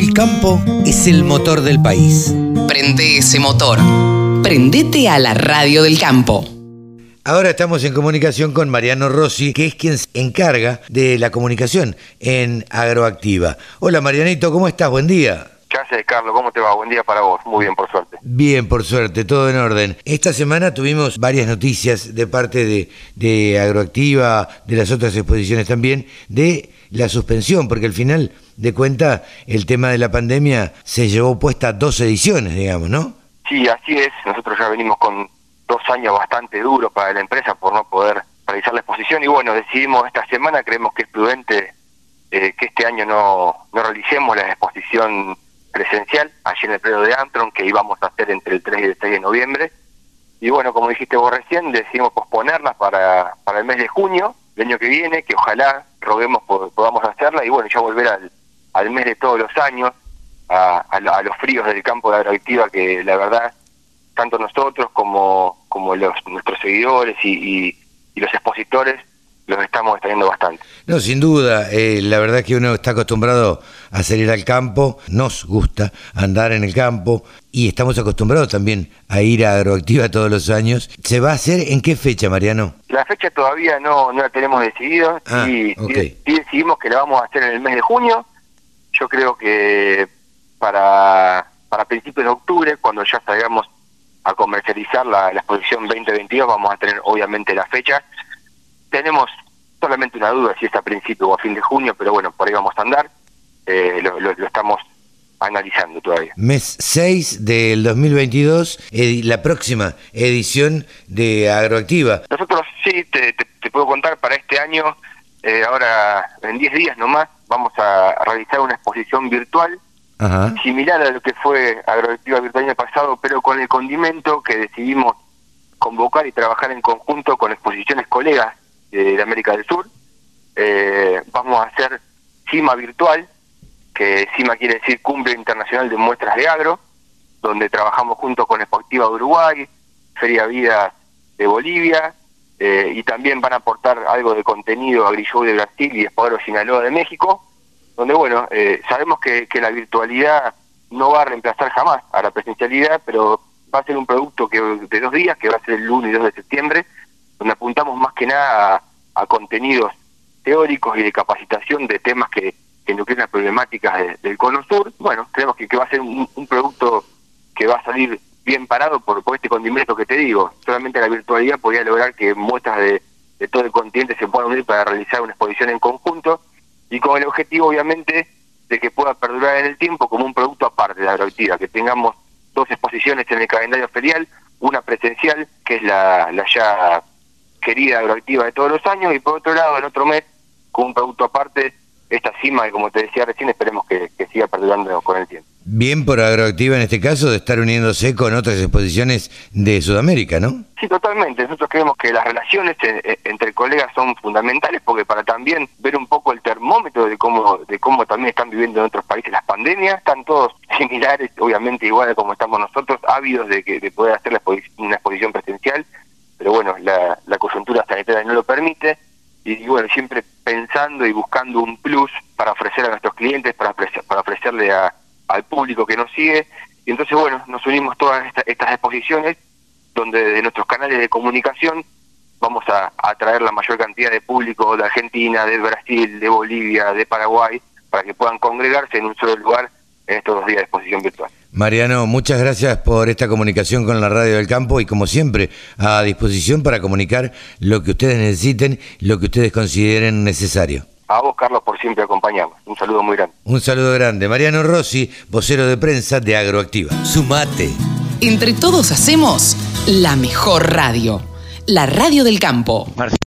El campo es el motor del país. Prende ese motor. Prendete a la radio del campo. Ahora estamos en comunicación con Mariano Rossi, que es quien se encarga de la comunicación en Agroactiva. Hola Marianito, ¿cómo estás? Buen día. ¿Qué haces, Carlos? ¿Cómo te va? Buen día para vos. Muy bien, por suerte. Bien, por suerte, todo en orden. Esta semana tuvimos varias noticias de parte de Agroactiva, de las otras exposiciones también, de la suspensión, porque al final de cuentas el tema de la pandemia se llevó puesta 2 ediciones, digamos, ¿no? Sí, así es. Nosotros ya venimos con 2 años bastante duros para la empresa por no poder realizar la exposición y bueno, decidimos esta semana, creemos que es prudente que este año no realicemos la exposición presencial allí en el predio de Armstrong, que íbamos a hacer entre el 3 y el 6 de noviembre. Y bueno, como dijiste vos recién, decidimos posponerlas para el mes de junio, el año que viene, que ojalá roguemos podamos hacerla y bueno, ya volver al mes de todos los años, a los fríos del campo de Agroactiva, que la verdad, tanto nosotros como nuestros seguidores y los expositores, los estamos extrañando bastante. No, sin duda, la verdad es que uno está acostumbrado a salir al campo, nos gusta andar en el campo y estamos acostumbrados también a ir a Agroactiva todos los años. ¿Se va a hacer en qué fecha, Mariano? La fecha todavía no la tenemos decidida y decidimos que la vamos a hacer en el mes de junio. Yo creo que para principios de octubre, cuando ya salgamos a comercializar la exposición 2022, vamos a tener obviamente la fecha. Tenemos solamente una duda si es a principio o a fin de junio, pero bueno, por ahí vamos a andar. Lo estamos analizando todavía. Mes 6 del 2022, la próxima edición de Agroactiva. Nosotros sí, te puedo contar, para este año, ahora en 10 días nomás, vamos a realizar una exposición virtual. Ajá. Similar a lo que fue Agroactiva Virtual el año pasado, pero con el condimento que decidimos convocar y trabajar en conjunto con exposiciones colegas de América del Sur. Vamos a hacer CIMA virtual, que CIMA quiere decir Cumbre Internacional de Muestras de Agro, donde trabajamos junto con Expoactiva de Uruguay, Feria Vida de Bolivia, y también van a aportar algo de contenido a Grillow de Brasil y Espadero Sinaloa de México, donde bueno, sabemos que la virtualidad no va a reemplazar jamás a la presencialidad, pero va a ser un producto de 2 días, que va a ser el 1 y 2 de septiembre, donde apuntamos más que nada a contenidos teóricos y de capacitación de temas que nuclean las problemáticas del Cono Sur. Bueno, creemos que va a ser un producto que va a salir bien parado por este condimento que te digo. Solamente la virtualidad podría lograr que muestras de todo el continente se puedan unir para realizar una exposición en conjunto y con el objetivo, obviamente, de que pueda perdurar en el tiempo como un producto aparte de Agroactiva, que tengamos 2 exposiciones en el calendario ferial, una presencial, que es la ya querida Agroactiva de todos los años, y por otro lado, en otro mes, con un producto aparte, esta CIMA, que como te decía recién, esperemos que siga perdurando con el tiempo. Bien por Agroactiva en este caso de estar uniéndose con otras exposiciones de Sudamérica, ¿no? Sí, totalmente. Nosotros creemos que las relaciones entre colegas son fundamentales, porque para también ver un poco el termómetro de cómo también están viviendo en otros países las pandemias, están todos similares, obviamente igual como estamos nosotros, ávidos de poder hacer una exposición presencial, pero bueno, la coyuntura sanitaria no lo permite, y bueno, siempre pensando y buscando un plus para ofrecer a nuestros clientes, para ofrecerle al público que nos sigue, y entonces bueno, nos unimos todas estas exposiciones, donde de nuestros canales de comunicación vamos a atraer la mayor cantidad de público de Argentina, de Brasil, de Bolivia, de Paraguay, para que puedan congregarse en un solo lugar en estos 2 días de exposición virtual. Mariano, muchas gracias por esta comunicación con la Radio del Campo y como siempre a disposición para comunicar lo que ustedes necesiten, lo que ustedes consideren necesario. A vos, Carlos, por siempre acompañarnos. Un saludo muy grande. Un saludo grande. Mariano Rossi, vocero de prensa de Agroactiva. Sumate. Entre todos hacemos la mejor radio, la Radio del Campo.